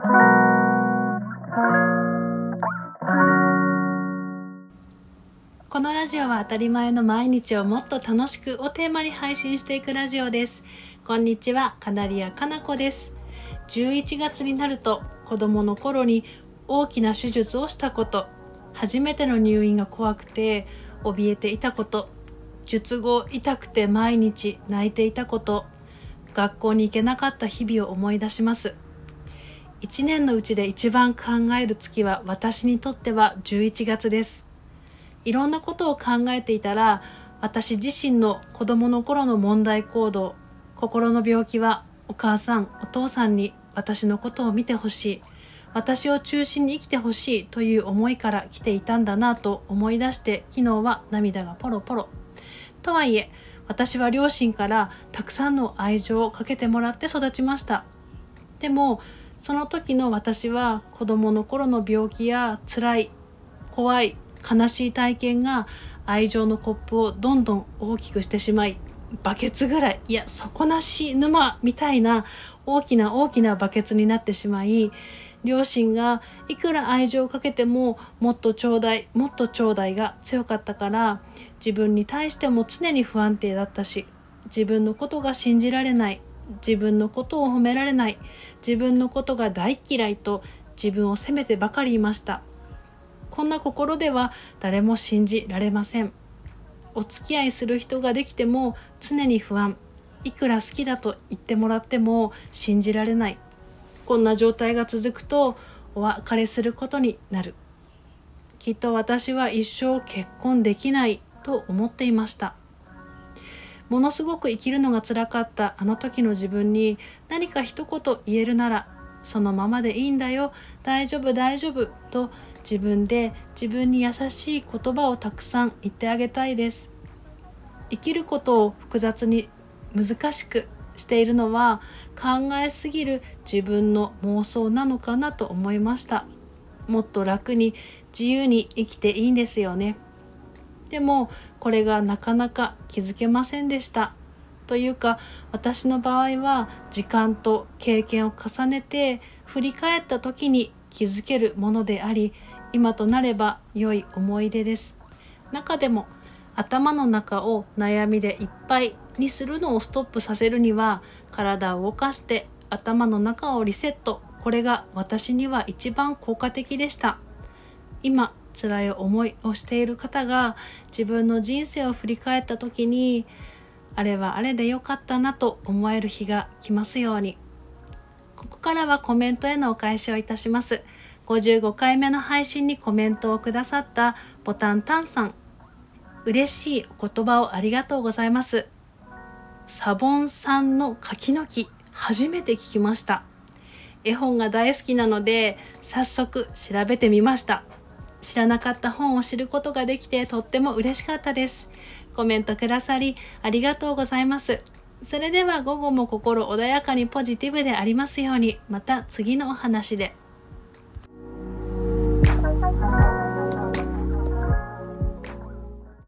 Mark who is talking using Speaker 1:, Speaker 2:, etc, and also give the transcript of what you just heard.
Speaker 1: このラジオは当たり前の毎日をもっと楽しくをテーマに配信していくラジオです。こんにちは、カナリアかなこです。11月になると子供の頃に大きな手術をしたこと、初めての入院が怖くて怯えていたこと、術後痛くて毎日泣いていたこと、学校に行けなかった日々を思い出します。1年のうちで一番考える月は私にとっては11月です。いろんなことを考えていたら、私自身の子供の頃の問題行動、心の病気はお母さんお父さんに私のことを見てほしい、私を中心に生きてほしいという思いから来ていたんだなと思い出して、昨日は涙がポロポロ。とはいえ私は両親からたくさんの愛情をかけてもらって育ちました。でもその時の私は子供の頃の病気や辛い、怖い、悲しい体験が愛情のコップをどんどん大きくしてしまい、バケツぐらい、いや底なし沼みたいな大きなバケツになってしまい、両親がいくら愛情をかけてももっとちょうだいもっとちょうだいが強かったから、自分に対しても常に不安定だったし、自分のことが信じられない、自分のことを褒められない、自分のことが大嫌いと自分を責めてばかりいました。こんな心では誰も信じられません。お付き合いする人ができても常に不安、いくら好きだと言ってもらっても信じられない。こんな状態が続くとお別れすることになる。きっと私は一生結婚できないと思っていました。ものすごく生きるのが辛かったあの時の自分に何か一言言えるなら、そのままでいいんだよ、大丈夫大丈夫と自分で自分に優しい言葉をたくさん言ってあげたいです。生きることを複雑に難しくしているのは考えすぎる自分の妄想なのかなと思いました。もっと楽に自由に生きていいんですよね。でもこれがなかなか気づけませんでした。というか私の場合は時間と経験を重ねて振り返った時に気づけるものであり、今となれば良い思い出です。中でも頭の中を悩みでいっぱいにするのをストップさせるには、体を動かして頭の中をリセット、これが私には一番効果的でした。今辛い思いをしている方が自分の人生を振り返った時に、あれはあれでよかったなと思える日が来ますように。ここからはコメントへのお返しをいたします。55回目の配信にコメントをくださったボタンタンさん、嬉しいお言葉をありがとうございます。サボンさんの柿の木、初めて聞きました。絵本が大好きなので早速調べてみました。知らなかった本を知ることができてとっても嬉しかったです。コメントくださりありがとうございます。それでは午後も心穏やかにポジティブでありますように。また次のお話で。